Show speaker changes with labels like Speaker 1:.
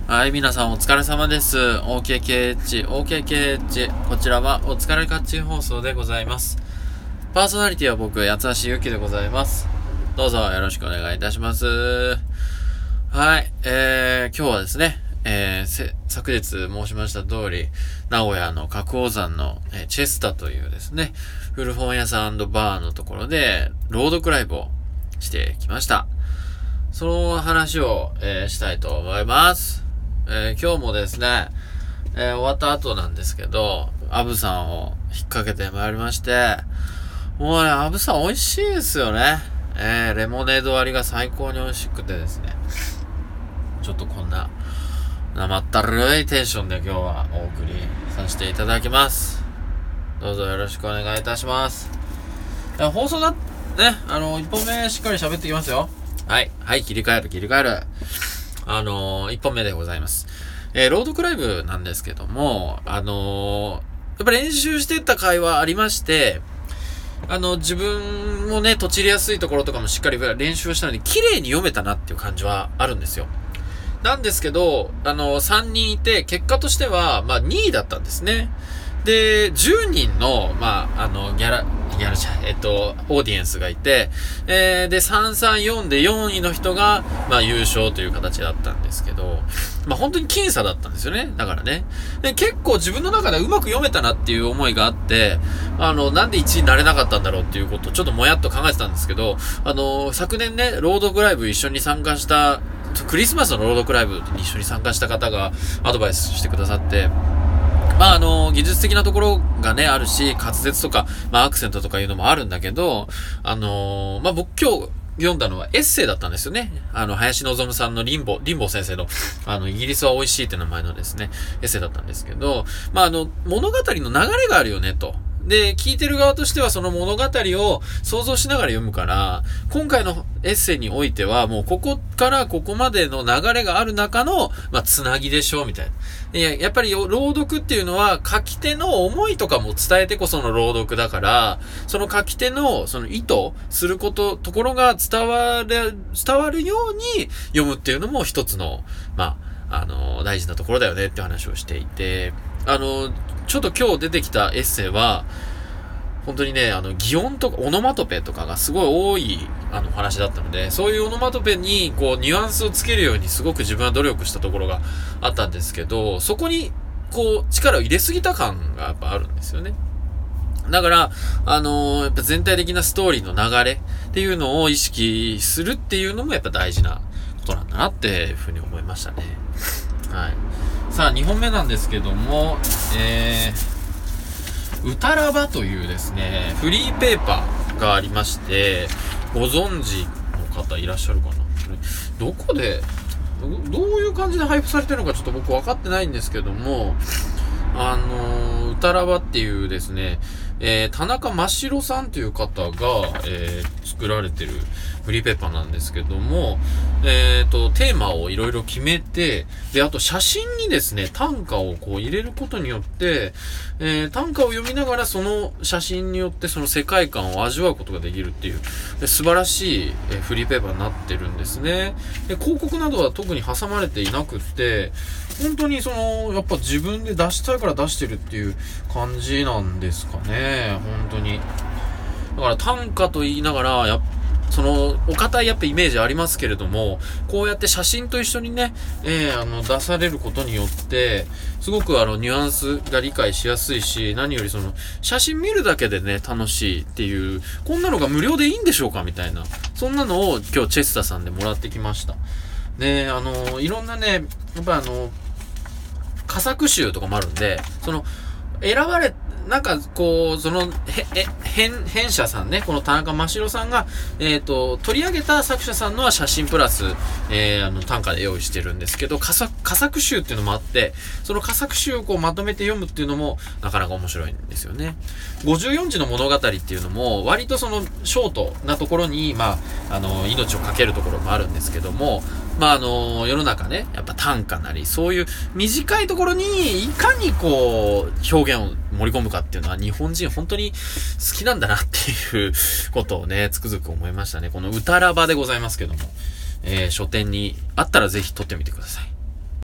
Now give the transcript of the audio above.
Speaker 1: はい、皆さんお疲れ様です。OKKH。こちらはお疲れカッチ放送でございます。パーソナリティは僕、八橋ゆきでございます。どうぞよろしくお願いいたします。はい、今日はですね、昨日申しました通り、名古屋の角王山の、チェスタというですね、古本屋さん&バーのところで、朗読ライブをしてきました。その話を、したいと思います。今日もですね、終わった後なんですけど、アブさんを引っ掛けてまいりまして、もうね、アブさん美味しいですよね。レモネード割りが最高に美味しくてですね、ちょっとこんな生ったるいテンションで今日はお送りさせていただきます。どうぞよろしくお願いいたします。放送だね、一本目しっかり喋ってきますよ。はい、切り替える。一本目でございます。朗読ライブなんですけども、やっぱ練習してた回はありまして、自分もね、とちりやすいところとかもしっかり練習したので、綺麗に読めたなっていう感じはあるんですよ。なんですけど、3人いて、結果としては、2位だったんですね。で、10人の、オーディエンスがいて、で、334で4位の人が、優勝という形だったんですけど、本当に僅差だったんですよね。だからね。で、結構自分の中でうまく読めたなっていう思いがあって、なんで1位になれなかったんだろうっていうことをちょっともやっと考えてたんですけど、昨年ね、朗読ライブ一緒に参加した、クリスマスの朗読ライブに一緒に参加した方がアドバイスしてくださって、技術的なところがね、あるし、滑舌とか、アクセントとかいうのもあるんだけど、僕今日読んだのはエッセイだったんですよね。林望さんのリンボ先生の、イギリスは美味しいって名前のですね、エッセイだったんですけど、物語の流れがあるよね、と。で、聞いてる側としてはその物語を想像しながら読むから、今回のエッセイにおいてはもうここからここまでの流れがある中の、つなぎでしょうみたいな。やっぱり朗読っていうのは書き手の思いとかも伝えてこその朗読だから、その書き手のその意図するところが伝わるように読むっていうのも一つの、大事なところだよねって話をしていて、ちょっと今日出てきたエッセイは、本当にね、擬音とかオノマトペとかがすごい多い、話だったので、そういうオノマトペに、ニュアンスをつけるようにすごく自分は努力したところがあったんですけど、そこに、力を入れすぎた感がやっぱあるんですよね。だから、やっぱ全体的なストーリーの流れっていうのを意識するっていうのもやっぱ大事なことなんだなっていうふうに思いましたね。はい。さあ、2本目なんですけども、歌ラバというですね、フリーペーパーがありまして、ご存知の方いらっしゃるかな？どこで、どういう感じで配布されてるのかちょっと僕分かってないんですけども、歌ラバっていうですね、田中真城さんという方が、作られてるフリーペーパーなんですけども、テーマをいろいろ決めて、で、あと写真にですね、短歌を入れることによって、短歌を読みながらその写真によってその世界観を味わうことができるっていう、素晴らしい、フリーペーパーになってるんですね。で、広告などは特に挟まれていなくって、本当にやっぱ自分で出したいから出してるっていう感じなんですかね。本当に。だから短歌と言いながら、お堅いやっぱイメージありますけれども、こうやって写真と一緒にね、出されることによって、すごくニュアンスが理解しやすいし、何より写真見るだけでね、楽しいっていう、こんなのが無料でいいんでしょうかみたいな、そんなのを今日チェスタさんでもらってきました。で、いろんなね、やっぱ佳作集とかもあるんで、選ばれ、編者さんね、この田中真城さんが、取り上げた作者さんのは写真プラス、短歌で用意してるんですけど、佳作集っていうのもあって、その佳作集をまとめて読むっていうのも、なかなか面白いんですよね。54字の物語っていうのも、割とショートなところに、命をかけるところもあるんですけども、世の中ね、やっぱ短歌なり、そういう短いところに、いかに表現を盛り込むかっていうのは、日本人本当に好きなんだなっていうことをね、つくづく思いましたね。この歌ラバでございますけども、書店にあったらぜひ撮ってみてください。